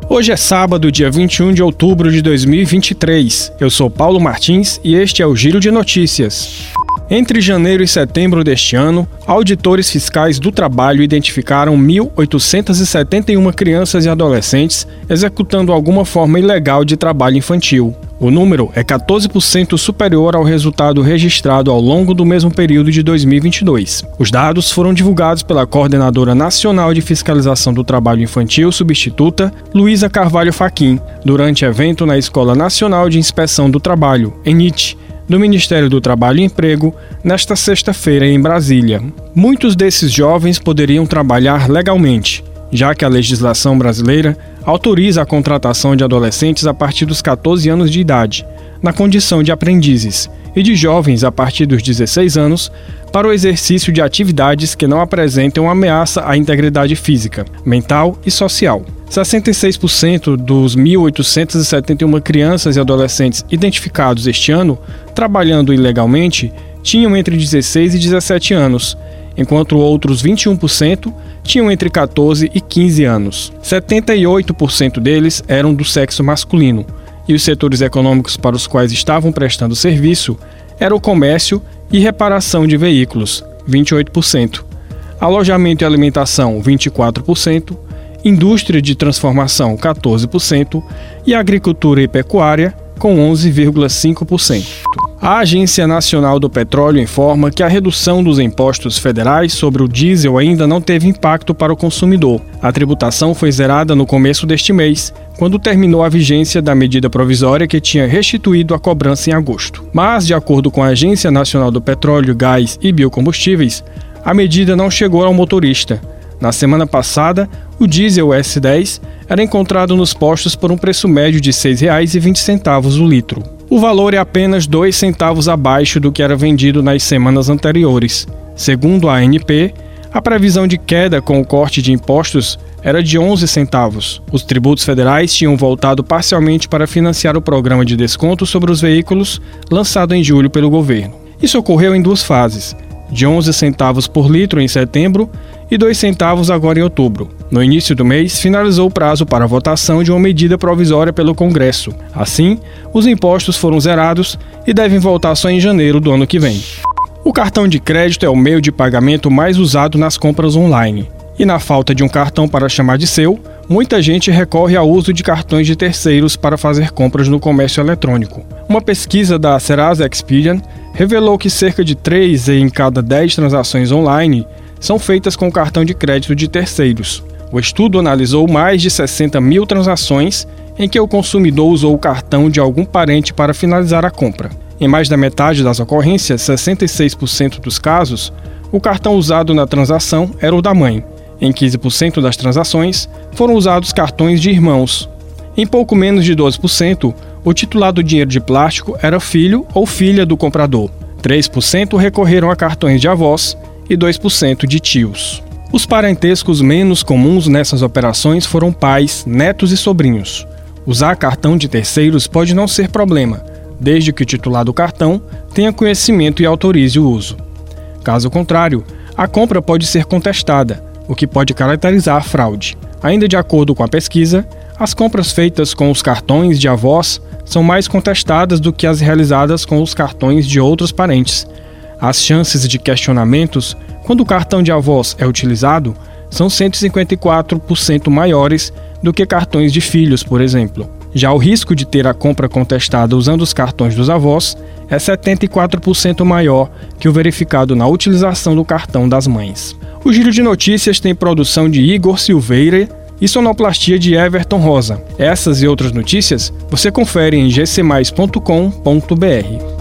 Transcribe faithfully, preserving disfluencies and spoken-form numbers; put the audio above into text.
Hoje é sábado, dia vinte e um de outubro de dois mil e vinte e três. Eu sou Paulo Martins e este é o Giro de Notícias. Entre janeiro e setembro deste ano, auditores fiscais do trabalho identificaram mil oitocentas e setenta e uma crianças e adolescentes executando alguma forma ilegal de trabalho infantil. O número é quatorze por cento superior ao resultado registrado ao longo do mesmo período de dois mil e vinte e dois. Os dados foram divulgados pela Coordenadora Nacional de Fiscalização do Trabalho Infantil substituta, Luísa Carvalho Fachin, durante evento na Escola Nacional de Inspeção do Trabalho, ENIT, do Ministério do Trabalho e Emprego, nesta sexta-feira em Brasília. Muitos desses jovens poderiam trabalhar legalmente, já que a legislação brasileira autoriza a contratação de adolescentes a partir dos quatorze anos de idade, na condição de aprendizes, e de jovens a partir dos dezesseis anos, para o exercício de atividades que não apresentem ameaça à integridade física, mental e social. sessenta e seis por cento dos mil oitocentas e setenta e uma crianças e adolescentes identificados este ano trabalhando ilegalmente tinham entre dezesseis e dezessete anos, enquanto outros vinte e um por cento tinham entre quatorze e quinze anos. setenta e oito por cento deles eram do sexo masculino, e os setores econômicos para os quais estavam prestando serviço eram o comércio e reparação de veículos, vinte e oito por cento, alojamento e alimentação, vinte e quatro por cento, indústria de transformação, quatorze por cento, e agricultura e pecuária, com onze vírgula cinco por cento. A Agência Nacional do Petróleo informa que a redução dos impostos federais sobre o diesel ainda não teve impacto para o consumidor. A tributação foi zerada no começo deste mês, quando terminou a vigência da medida provisória que tinha restituído a cobrança em agosto. Mas, de acordo com a Agência Nacional do Petróleo, Gás e Biocombustíveis, a medida não chegou ao motorista. Na semana passada, o diesel S dez era encontrado nos postos por um preço médio de seis reais e vinte centavos o litro. O valor é apenas dois centavos abaixo do que era vendido nas semanas anteriores. Segundo a A N P, a previsão de queda com o corte de impostos era de onze centavos. Os tributos federais tinham voltado parcialmente para financiar o programa de desconto sobre os veículos lançado em julho pelo governo. Isso ocorreu em duas fases, de onze centavos por litro em setembro e dois centavos agora em outubro. No início do mês, finalizou o prazo para a votação de uma medida provisória pelo Congresso. Assim, os impostos foram zerados e devem voltar só em janeiro do ano que vem. O cartão de crédito é o meio de pagamento mais usado nas compras online. E na falta de um cartão para chamar de seu, muita gente recorre ao uso de cartões de terceiros para fazer compras no comércio eletrônico. Uma pesquisa da Serasa Experian revelou que cerca de três em cada dez transações online são feitas com cartão de crédito de terceiros. O estudo analisou mais de sessenta mil transações em que o consumidor usou o cartão de algum parente para finalizar a compra. Em mais da metade das ocorrências, sessenta e seis por cento dos casos, o cartão usado na transação era o da mãe. Em quinze por cento das transações, foram usados cartões de irmãos. Em pouco menos de doze por cento, o titular do dinheiro de plástico era filho ou filha do comprador. três por cento recorreram a cartões de avós e dois por cento de tios. Os parentescos menos comuns nessas operações foram pais, netos e sobrinhos. Usar cartão de terceiros pode não ser problema, desde que o titular do cartão tenha conhecimento e autorize o uso. Caso contrário, a compra pode ser contestada, o que pode caracterizar a fraude. Ainda de acordo com a pesquisa, as compras feitas com os cartões de avós são mais contestadas do que as realizadas com os cartões de outros parentes. As chances de questionamentos, quando o cartão de avós é utilizado, são cento e cinquenta e quatro por cento maiores do que cartões de filhos, por exemplo. Já o risco de ter a compra contestada usando os cartões dos avós é setenta e quatro por cento maior que o verificado na utilização do cartão das mães. O Giro de Notícias tem produção de Igor Silveira e sonoplastia de Everton Rosa. Essas e outras notícias você confere em g c mais ponto com ponto b r.